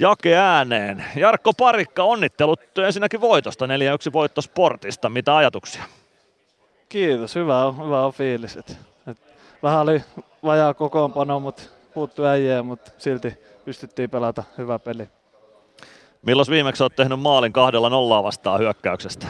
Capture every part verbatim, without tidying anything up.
Jake ääneen. Jarkko Parikka, onnittelut ensinnäkin voitosta, neljä yksi voitto Sportista. Mitä ajatuksia? Kiitos, hyvä on, hyvä on fiilis. Et, et vähän oli vajaa kokoonpano, mutta puuttui äijää, mutta silti pystyttiin pelata hyvä peli. Milloin viimeksi olet tehnyt maalin kahdella nollaa vastaan hyökkäyksestä?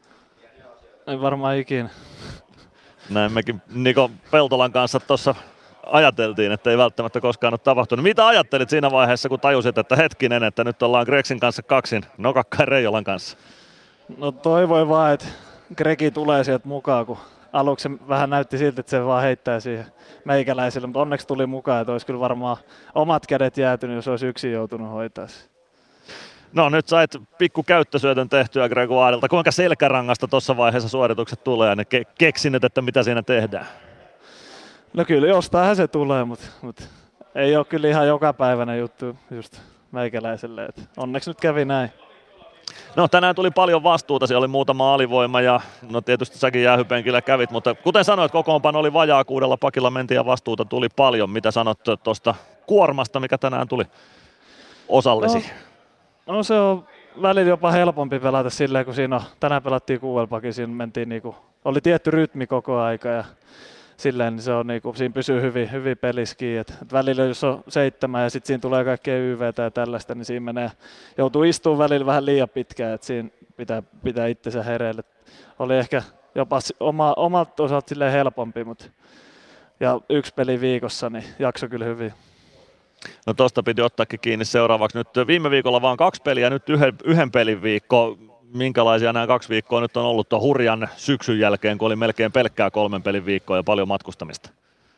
Ei varmaan ikinä. Näin mekin Niko Peltolan kanssa tuossa ajateltiin, että ei välttämättä koskaan ole tapahtunut. Mitä ajattelit siinä vaiheessa, kun tajusit, että hetkinen, että nyt ollaan Gregsin kanssa kaksin, Nokakkain Reijolan kanssa? No toivoin vaan, että Gregi tulee sieltä mukaan, kun aluksi vähän näytti siltä, että se vaan heittää siihen meikäläisille, mutta onneksi tuli mukaan, että olisi kyllä varmaan omat kädet jäätynyt, jos olisi yksin joutunut hoitaa se. No nyt sait pikku käyttösyötön tehtyä Gregoirilta. Kuinka selkärangasta tuossa vaiheessa suoritukset tulee ja ne ke- keksinyt, että mitä siinä tehdään? No kyllä jostainhan se tulee, mutta, mutta ei ole kyllä ihan jokapäiväinen juttu just meikäläiselle. Et onneksi nyt kävi näin. No tänään tuli paljon vastuuta, siellä oli muutama alivoima ja no tietysti säkin jäähypenkillä kävit, mutta kuten sanoit, kokoonpano oli vajaa, kuudella pakilla mentiin ja vastuuta tuli paljon. Mitä sanot tuosta kuormasta, mikä tänään tuli osallesi? No, no se on välillä jopa helpompi pelata silleen, kun siinä on, tänään pelattiin kuudella pakilla, siinä mentiin niinku, oli tietty rytmi koko aika ja silleen niin se on niinku, siinä pysyy hyvin, hyvin peliskiin. Et, et välillä jos on seitsemän ja sitten siinä tulee kaikkea Y V:tä ja tällaista, niin siinä menee, joutuu istumaan välillä vähän liian pitkään, että siinä pitää, pitää itsensä hereille. Oli ehkä jopa oma, omalta osalta silleen helpompi, mutta ja yksi peli viikossa, niin jakso kyllä hyvin. No tosta piti ottaakin kiinni seuraavaksi. Nyt viime viikolla vaan kaksi peliä, nyt yhden, yhden pelin viikko. Minkälaisia nämä kaksi viikkoa nyt on ollut tuon hurjan syksyn jälkeen, kun oli melkein pelkkää kolmen pelin viikkoa ja paljon matkustamista?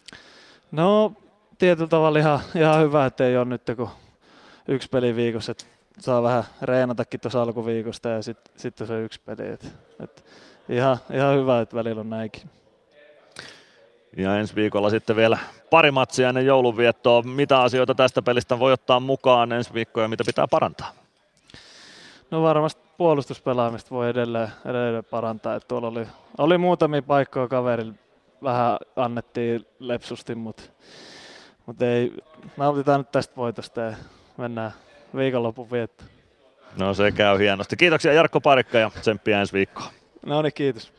No tietyllä tavalla ihan, ihan hyvä, että ei ole nyt kun yksi peli viikossa, että saa vähän reenatakin tuossa alkuviikosta ja sitten sit se yksi peli. Et, et ihan, ihan hyvä, että välillä on näinkin. Ja ensi viikolla sitten vielä pari matsia ennen joulunviettoa. Mitä asioita tästä pelistä voi ottaa mukaan ensi viikkoa ja mitä pitää parantaa? No varmasti puolustuspelaamista voi edelleen, edelleen parantaa. Että tuolla oli, oli muutamia paikkoja kaverille, vähän annettiin lepsusti, mutta, mutta ei, nautitaan nyt tästä voitosta ja mennään viikonlopun viettoon. No se käy hienosti. Kiitoksia Jarkko Parikka ja tsemppiä ensi viikkoon. No niin, kiitos.